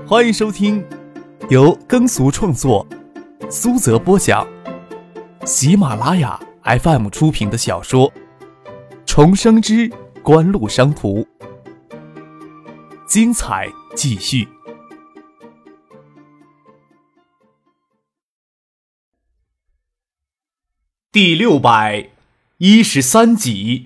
欢迎收听由耕俗创作、苏泽播讲、喜马拉雅 FM 出品的小说《重生之官路商途》，精彩继续。第613集。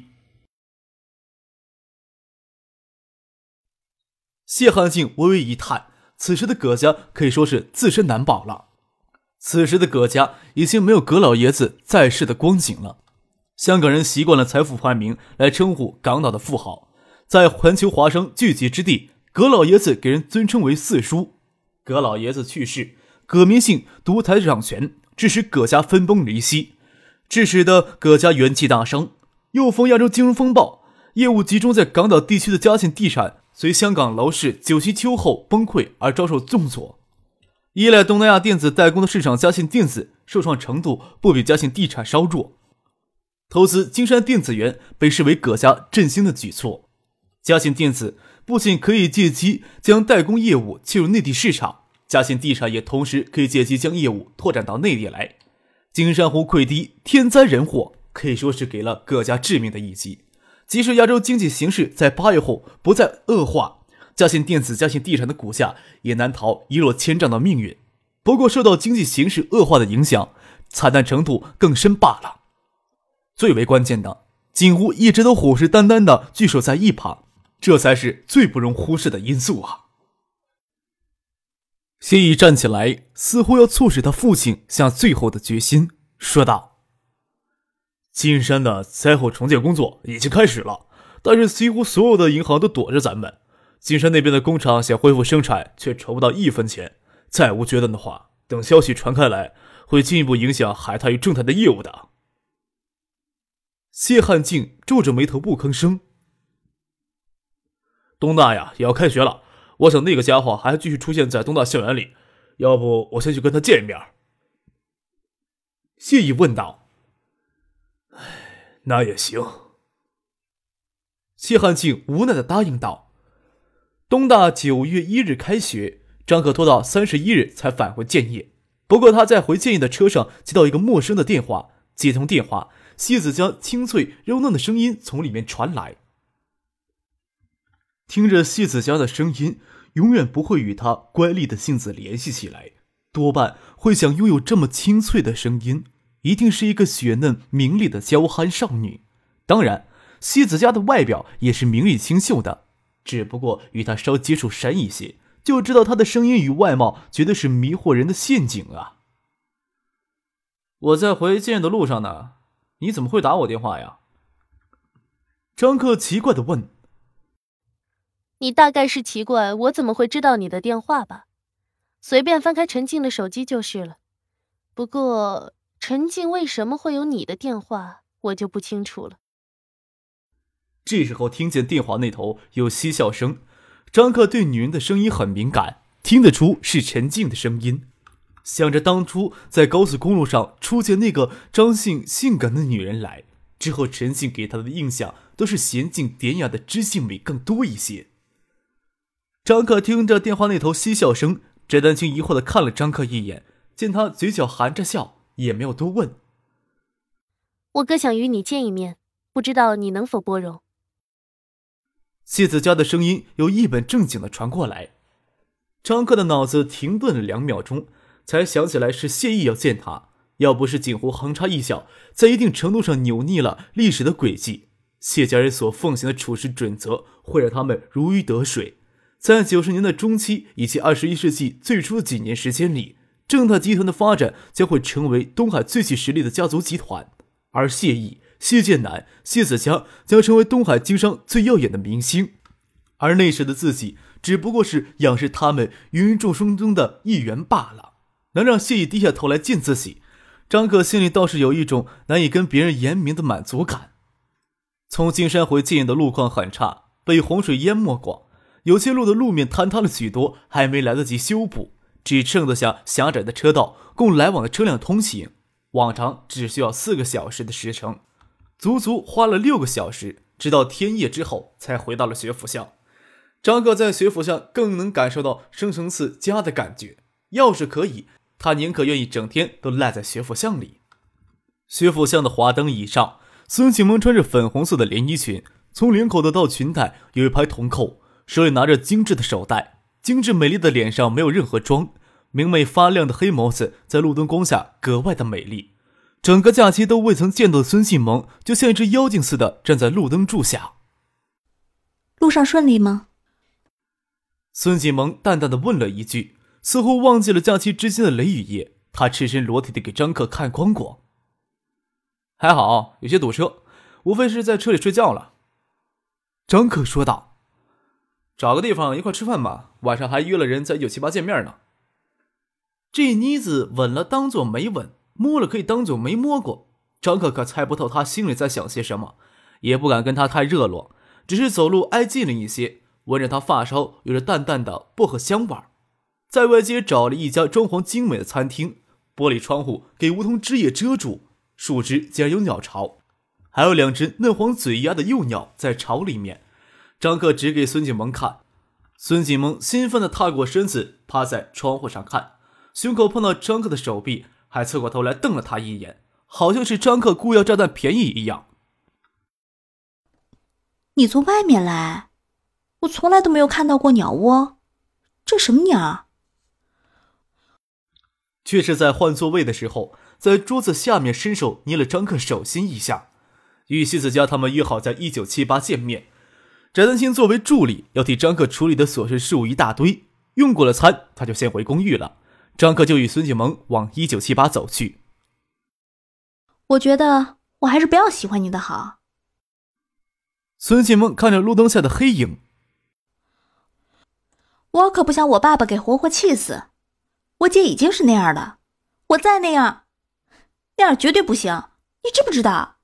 谢汉镜微微一叹，此时的葛家可以说是自身难保了。此时的葛家已经没有葛老爷子在世的光景了。香港人习惯了财富排名来称呼港岛的富豪，在环球华商聚集之地，葛老爷子给人尊称为四叔。葛老爷子去世，葛明信独裁掌权，致使葛家分崩离析，致使得葛家元气大伤。又逢亚洲金融风暴，业务集中在港岛地区的嘉信地产随香港楼市九七秋后崩溃而遭受重挫，依赖东南亚电子代工的市场嘉信电子受创程度不比嘉信地产稍弱。投资金山电子园被视为葛家振兴的举措。嘉信电子不仅可以借机将代工业务切入内地市场，嘉信地产也同时可以借机将业务拓展到内地来。金山湖溃堤，天灾人祸，可以说是给了葛家致命的一击。即使亚洲经济形势在8月后不再恶化，嘉信电子、嘉信地产的股价也难逃一落千丈的命运。不过受到经济形势恶化的影响，惨淡程度更深罢了。最为关键的，景湖一直都虎视眈眈地聚守在一旁，这才是最不容忽视的因素啊。谢毅站起来，似乎要促使他父亲下最后的决心，说道：金山的灾后重建工作已经开始了，但是几乎所有的银行都躲着咱们。金山那边的工厂想恢复生产，却筹不到1分钱。再无决断的话，等消息传开来，会进一步影响海泰与正泰的业务的。谢汉镜皱着眉头不吭声。东大呀也要开学了，我想那个家伙还继续出现在东大校园里，要不我先去跟他见一面。谢毅问道。那也行。谢汉庆无奈地答应道。东大9月1日开学，张可拖到31日才返回建业。不过他在回建业的车上接到一个陌生的电话，接通电话，谢子江清脆柔嫩的声音从里面传来。听着谢子江的声音，永远不会与他乖戾的性子联系起来，多半会想拥有这么清脆的声音，一定是一个雪嫩明丽的娇憨少女。当然西子家的外表也是明丽清秀的，只不过与她稍接触深一些，就知道她的声音与外貌绝对是迷惑人的陷阱啊。我在回建业的路上呢，你怎么会打我电话呀？张克奇怪地问。 你大概是奇怪我怎么会知道你的电话吧，随便翻开陈静的手机就是了。不过陈静为什么会有你的电话，我就不清楚了。 这时候听见电话那头有嬉笑声，张克对女人的声音很敏感，听得出是陈静的声音。想着当初在高速公路上出现那个张姓性感的女人来之后，陈静给他的印象都是娴静典雅的知性美更多一些。张克听着电话那头嬉笑声，翟丹青疑惑地看了张克一眼，见他嘴角含着笑，也没有多问。 我哥想与你见一面，不知道你能否拨容。 谢子嘉的声音又一本正经地传过来。张克的脑子停顿了2秒钟，才想起来是谢毅要见他。要不是锦湖横插一脚，在一定程度上扭逆了历史的轨迹，谢家人所奉行的处事准则会让他们如鱼得水。在90年代中期以及21世纪最初的几年时间里，正泰集团的发展将会成为东海最具实力的家族集团，而谢毅、谢剑南、谢子嘉将成为东海经商最耀眼的明星，而那时的自己只不过是仰视他们芸芸众生中的一员罢了。能让谢毅低下头来见自己，张克心里倒是有一种难以跟别人言明的满足感。从金山回建业的路况很差，被洪水淹没过，有些路的路面坍塌了许多，还没来得及修补，只剩得下狭窄的车道供来往的车辆通行。往常只需要4个小时的时程，足足花了6个小时，直到天夜之后才回到了学府校。 张克在学府上更能感受到生成次家的感觉，要是可以，他宁可愿意整天都赖在学府巷里。学府巷的华灯椅上，孙启蒙穿着粉红色的连衣裙，从领口的到裙带有一排铜扣，手里拿着精致的手袋，精致美丽的脸上没有任何妆，明媚发亮的黑眸子在路灯光下格外的美丽。整个假期都未曾见到的孙启蒙就像一只妖精似的站在路灯柱下。 路上顺利吗？ 孙启蒙淡淡的问了一句，似乎忘记了假期之间的雷雨夜，他赤身裸体的给张克看光光。还好，有些堵车，无非是在车里睡觉了。张克说道。找个地方一块吃饭吧，晚上还约了人在198见面呢。这妮子吻了当作没吻，摸了可以当作没摸过。张克可猜不透他心里在想些什么，也不敢跟他太热络，只是走路挨近了一些，闻着他发梢有着淡淡的薄荷香味。在外街找了一家装潢精美的餐厅，玻璃窗户给梧桐枝叶遮住，树枝竟然有鸟巢，还有2只嫩黄嘴丫的幼鸟在巢里面。张克指给孙启蒙看，孙启蒙兴奋地踏过身子，趴在窗户上看，胸口碰到张克的手臂，还侧过头来瞪了他一眼，好像是张克故意要占他便宜一样。 你从外面来，我从来都没有看到过鸟窝，这什么鸟？ 却是在换座位的时候，在桌子下面伸手捏了张克手心一下。与西子家他们约好在1978见面，翟丹青作为助理要替张克处理的琐事事务一大堆，用过了餐他就先回公寓了。张克就与孙启蒙往1978走去。 我觉得我还是不要喜欢你的好。 孙启蒙看着路灯下的黑影， 我可不想我爸爸给活活气死。我姐已经是那样了，我再那样绝对不行，你知不知道？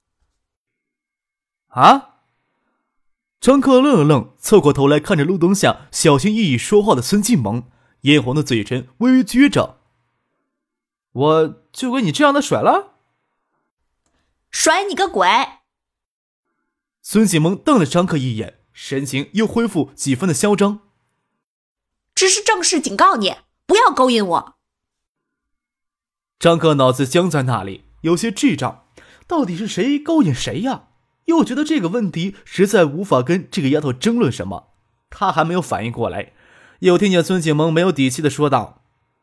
啊？张克愣了愣，侧过头来看着路灯下小心翼翼说话的孙启蒙，嫣红的嘴唇微微撅着。我就跟你这样的甩了？ 甩你个鬼！ 孙启蒙瞪了张克一眼，神情又恢复几分的嚣张。 只是正式警告你，不要勾引我。 张克脑子僵在那里，有些智障，到底是谁勾引谁呀？又觉得这个问题实在无法跟这个丫头争论什么，他还没有反应过来，又听见孙启蒙没有底气地说道：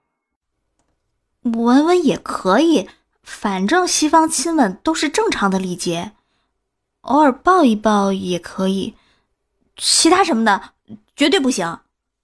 闻闻也可以，反正西方亲吻都是正常的礼节，偶尔抱一抱也可以，其他什么的绝对不行。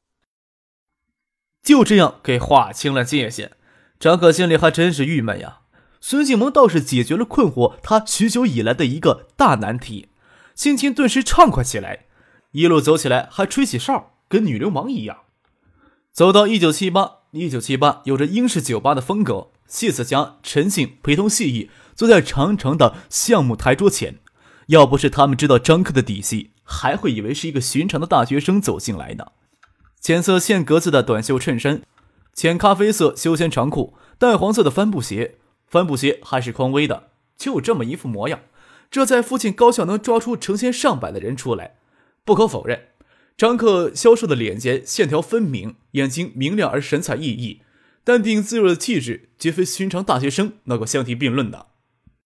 就这样给划清了界限，张可心里还真是郁闷呀。孙启蒙倒是解决了困惑他许久以来的一个大难题，心情顿时畅快起来，一路走起来还吹起哨，跟女流氓一样。走到1978有着英式酒吧的风格，谢子佳、陈静陪同谢意坐在长长的橡木台桌前，要不是他们知道张克的底细，还会以为是一个寻常的大学生走进来呢。浅色线格子的短袖衬衫，浅咖啡色休闲长裤，淡黄色的帆布鞋，帆布鞋还是匡威的，就这么一副模样，这在附近高校能抓出成千上百的人出来。不可否认，张克消瘦的脸颊线条分明，眼睛明亮而神采奕奕，淡定自若的气质绝非寻常大学生能够相提并论的。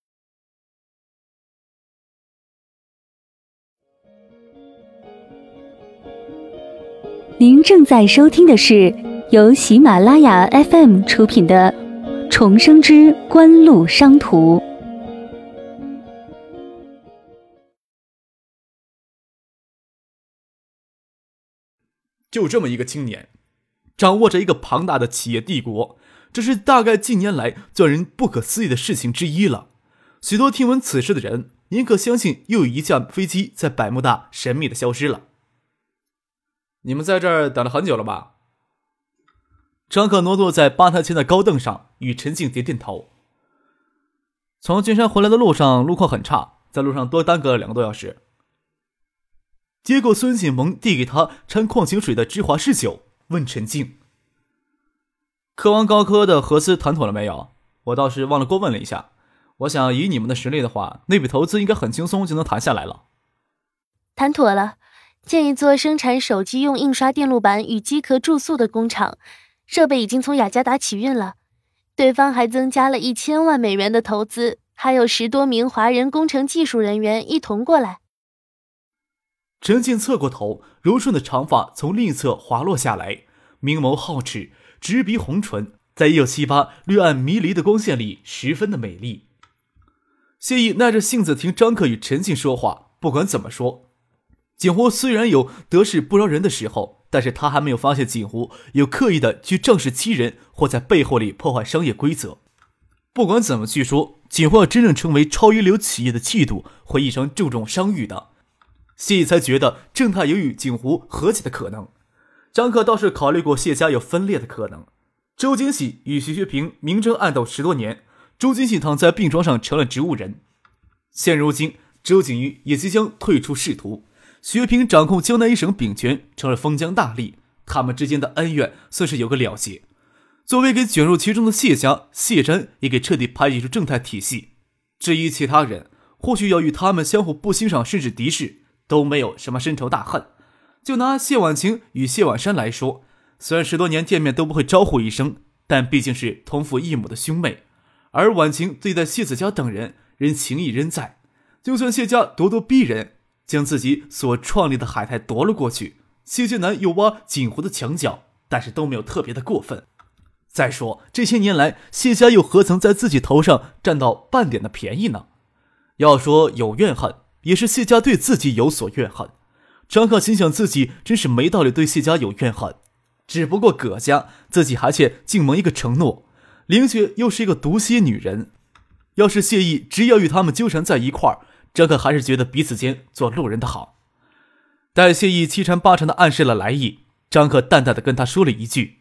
您正在收听的是由喜马拉雅 FM 出品的《重生之官路商途》。 就这么一个青年，掌握着一个庞大的企业帝国，这是大概近年来最让人不可思议的事情之一了。许多听闻此事的人，宁可相信又有一架飞机在百慕大神秘的消失了。你们在这儿等了很久了吧？张可挪坐在吧台前的高凳上，与陈静点点头。从君山回来的路上路况很差，在路上多耽搁了2个多小时。接过孙启蒙递给他掺矿泉水的芝华士酒，问陈静：科王高科的合资谈妥了没有？我倒是忘了过问了一下，我想以你们的实力的话，那笔投资应该很轻松就能谈下来了。 谈妥了， 建一座生产手机用印刷电路板与机壳注塑的工厂，设备已经从雅加达起运了。对方还增加了1000万美元的投资，还有10多名华人工程技术人员一同过来。 陈静侧过头，柔顺的长发从另一侧滑落下来，明眸皓齿，直鼻红唇，在197绿暗迷离的光线里十分的美丽。谢意耐着性子听张克与陈静说话，不管怎么说，锦湖虽然有得势不饶人的时候，但是他还没有发现锦湖有刻意的去仗势欺人，或在背后里破坏商业规则。不管怎么去说，锦湖要真正成为超一流企业的气度，会异常注重商誉的。谢意才觉得正泰有与锦湖和解的可能。张克倒是考虑过谢家有分裂的可能。周金喜与徐学平明争暗斗10多年，周金喜躺在病床上成了植物人。现如今，周景瑜也即将退出仕途，徐学平掌控江南一省柄权，成了封疆大吏，他们之间的恩怨算是有个了结。作为给卷入其中的谢家，谢瞻也给彻底排挤出正泰体系。至于其他人，或许要与他们相互不欣赏甚至敌视，都没有什么深仇大恨。就拿谢婉晴与谢婉山来说，虽然10多年见面都不会招呼一声，但毕竟是同父异母的兄妹。而婉晴对待谢子家等人，仍情谊仍在。就算谢家咄咄逼人，将自己所创立的海泰夺了过去，谢剑南又挖锦湖的墙角，但是都没有特别的过分。再说这些年来，谢家又何曾在自己头上占到半点的便宜呢？要说有怨恨，也是谢家对自己有所怨恨。张克心想自己真是没道理对谢家有怨恨，只不过葛家自己还欠静萌一个承诺，凌雪又是一个毒蝎女人，要是谢意只要与他们纠缠在一块儿，张克还是觉得彼此间做路人的好。待谢意七缠八缠地暗示了来意，张克淡淡地跟他说了一句：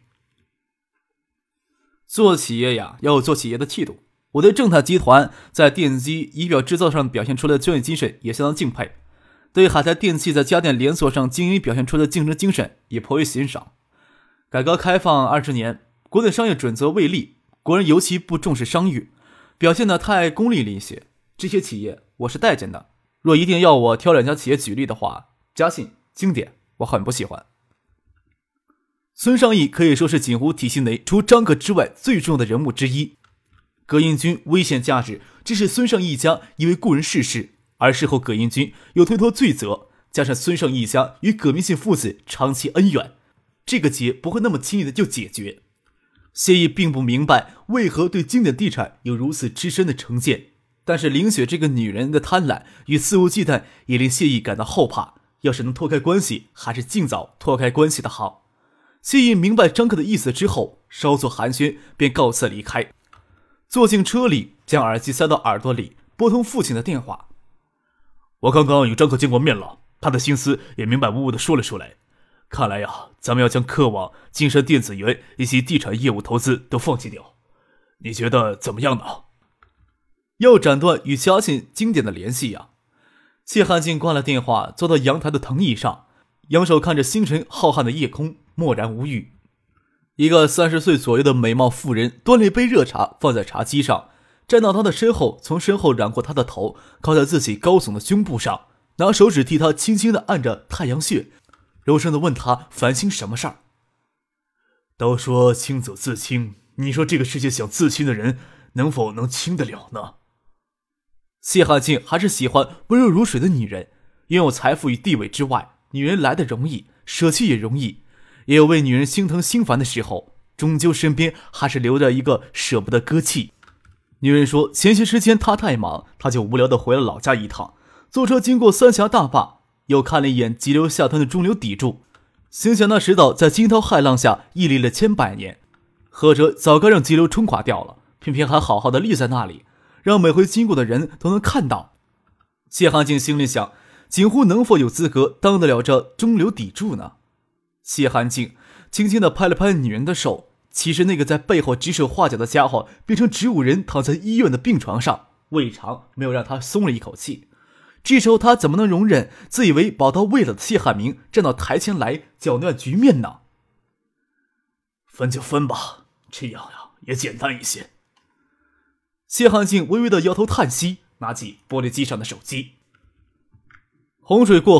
做企业呀，要有做企业的气度。我对正泰集团在电机仪表制造上表现出来的专业精神也相当敬佩，对海泰电器在家电连锁上经营表现出来的竞争精神也颇为欣赏。改革开放20年，国内商业准则未立，国人尤其不重视商誉，表现得太功利了一些。这些企业我是待见的，若一定要我挑2家企业举例的话，嘉信、经典我很不喜欢。孙尚义可以说是锦湖体系内除张克之外最重要的人物之一。葛英军危险价值，这是孙尚义一家因为故人逝世，而事后葛英军又推脱罪责，加上孙尚义一家与葛明信父子长期恩怨，这个结不会那么轻易的就解决。谢意并不明白为何对经典地产有如此之深的成见，但是凌雪这个女人的贪婪与肆无忌惮也令谢意感到后怕，要是能脱开关系，还是尽早脱开关系的好。谢意明白张克的意思之后，稍作寒暄便告辞离开。坐进车里，将耳机塞到耳朵里，拨通父亲的电话。我刚刚与张克见过面了，他的心思也明白无误地说了出来。看来呀，咱们要将科网、金山电子园以及地产业务投资都放弃掉。你觉得怎么样呢？要斩断与嘉信经典的联系呀。谢汉进挂了电话，坐到阳台的藤椅上，仰首看着星辰浩瀚的夜空，默然无语。一个30岁左右的美貌妇人端了一杯热茶放在茶几上，站到他的身后，从身后染过他的头，靠在自己高耸的胸部上，拿手指替他轻轻地按着太阳穴，柔声地问他烦心什么事儿。都说清走自清，你说这个世界想自清的人能否能清得了呢？谢汉进还是喜欢温柔如水的女人，拥有财富与地位之外，女人来得容易，舍弃也容易，也有为女人心疼心烦的时候，终究身边还是留着一个舍不得割弃。女人说前些时间她太忙，她就无聊地回了老家一趟，坐车经过三峡大坝，又看了一眼急流下湍的中流砥柱，心想那石岛在惊涛骇浪下屹立了千百年，何者早该让急流冲垮掉了，偏偏还好好的立在那里，让每回经过的人都能看到。谢汉进心里想，锦湖能否有资格当得了这中流砥柱呢？谢汉进轻轻地拍了拍女人的手，其实那个在背后指手画脚的家伙变成植物人躺在医院的病床上，未尝没有让他松了一口气。这时候他怎么能容忍自以为宝刀未老的谢汉明站到台前来搅乱局面呢？分就分吧，这样呀也简单一些。谢汉进微微的摇头叹息，拿起玻璃机上的手机。洪水过后，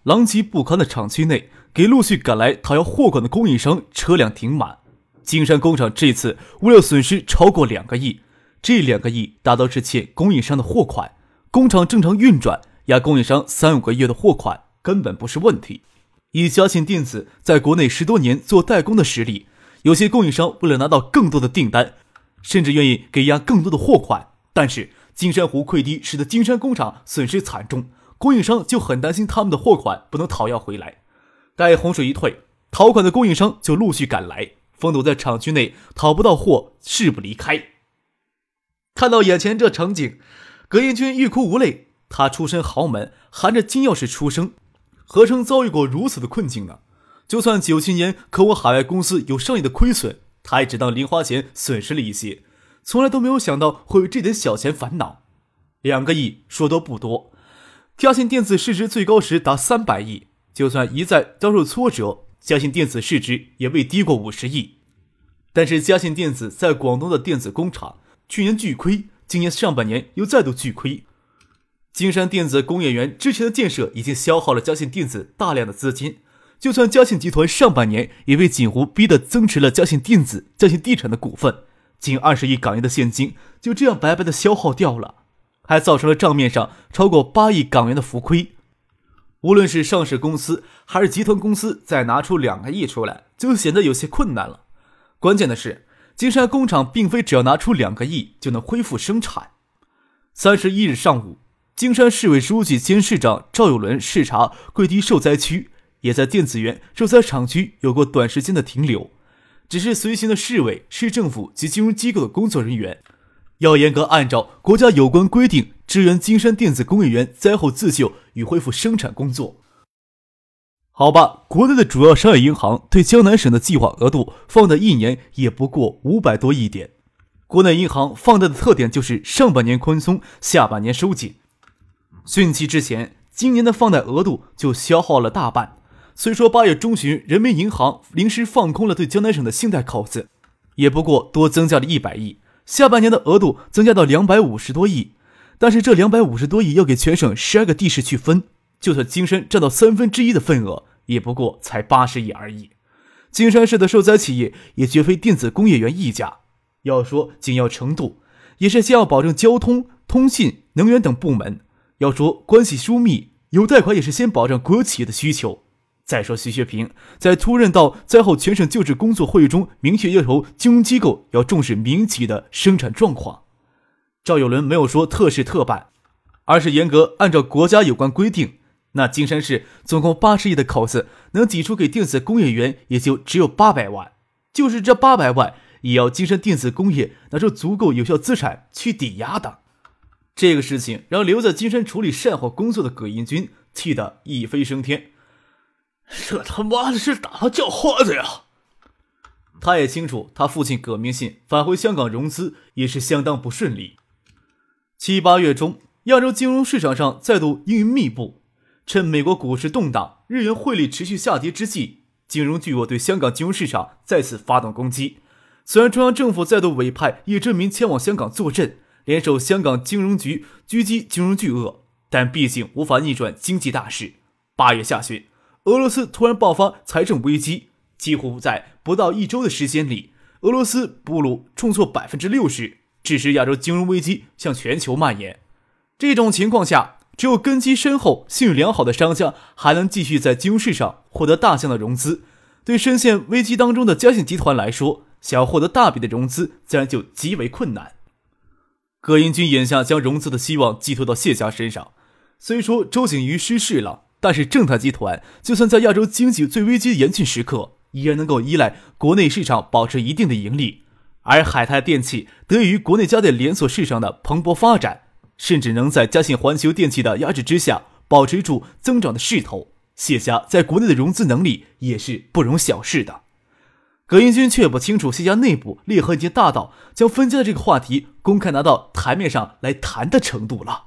狼藉不堪的厂区内，给陆续赶来讨要货款的供应商车辆停满。金山工厂这次物料损失超过2个亿，这2个亿大都是欠供应商的货款，工厂正常运转，压供应商3-5个月的货款根本不是问题。以嘉信电子在国内10多年做代工的实力，有些供应商为了拿到更多的订单，甚至愿意给压更多的货款，但是金山湖溃堤使得金山工厂损失惨重，供应商就很担心他们的货款不能讨要回来。待洪水一退，讨款的供应商就陆续赶来，封堵在厂区内，讨不到货誓不离开。看到眼前这场景，葛英军欲哭无泪。他出身豪门，含着金钥匙出生，何曾遭遇过如此的困境呢？就算97年科沃海外公司有上亿的亏损，他也只当零花钱损失了一些，从来都没有想到会为这点小钱烦恼。2个亿说多不多，嘉信电子市值最高时达300亿，就算一再遭受挫折，嘉信电子市值也未低过50亿。但是嘉信电子在广东的电子工厂去年巨亏，今年上半年又再度巨亏。金山电子工业园之前的建设已经消耗了嘉信电子大量的资金，就算嘉信集团上半年也被锦湖逼得增持了嘉信电子、嘉信地产的股份，近20亿港元的现金就这样白白的消耗掉了，还造成了账面上超过8亿港元的浮亏。无论是上市公司还是集团公司再拿出2个亿出来，就显得有些困难了。关键的是，金山工厂并非只要拿出2个亿就能恢复生产。31日上午，金山市委书记兼市长赵有伦视察溃堤受灾区，也在电子园受灾厂区有过短时间的停留。只是随行的市委、市政府及金融机构的工作人员要严格按照国家有关规定支援金山电子工业园灾后自救与恢复生产工作。好吧，国内的主要商业银行对江南省的计划额度放贷1年也不过500多亿点。国内银行放贷的特点就是上半年宽松，下半年收紧。汛期之前，今年的放贷额度就消耗了大半。虽说8月中旬人民银行临时放空了对江南省的信贷口子，也不过多增加了100亿，下半年的额度增加到250多亿。但是这250多亿要给全省12个地市去分，就算金山占到1/3的份额，也不过才80亿而已。金山市的受灾企业也绝非电子工业园一家，要说紧要程度，也是先要保证交通、通信、能源等部门。要说关系疏密，有贷款也是先保障国有企业的需求。再说徐学平在出任到灾后全省救治工作会议中明确要求金融机构要重视民营企业的生产状况。赵有伦没有说特事特办，而是严格按照国家有关规定，那金山市总共80亿的口子能挤出给电子工业园也就只有800万，就是这800万也要金山电子工业拿出足够有效资产去抵押的。这个事情让留在金山处理善后工作的葛英军气得一飞升天。 这他妈的是打他叫花子呀！ 他也清楚他父亲葛明信返回香港融资也是相当不顺利。7、8月中，亚洲金融市场上再度阴云密布，趁美国股市动荡、日元汇率持续下跌之际，金融巨鳄对香港金融市场再次发动攻击。虽然中央政府再度委派叶真民前往香港坐镇，联手香港金融局狙击金融巨鳄，但毕竟无法逆转经济大势。8月下旬，俄罗斯突然爆发财政危机，几乎在不到1周的时间里，俄罗斯布鲁重挫60%，致使亚洲金融危机向全球蔓延。这种情况下，只有根基深厚、信誉良好的商家还能继续在金融市场获得大项的融资。对深陷危机当中的嘉信集团来说，想要获得大笔的融资自然就极为困难。葛英军眼下将融资的希望寄托到谢家身上，虽说周景瑜失势了，但是正泰集团就算在亚洲经济最危机严峻时刻，依然能够依赖国内市场保持一定的盈利，而海泰电器得益于国内家电连锁市场的蓬勃发展，甚至能在嘉信环球电器的压制之下保持住增长的势头，谢家在国内的融资能力也是不容小视的。葛英军却不清楚谢家内部裂痕已经大到将分家的这个话题公开拿到台面上来谈的程度了。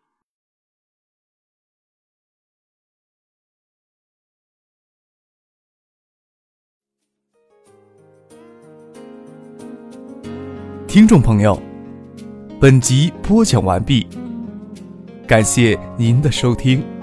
听众朋友，本集播讲完毕，感谢您的收听。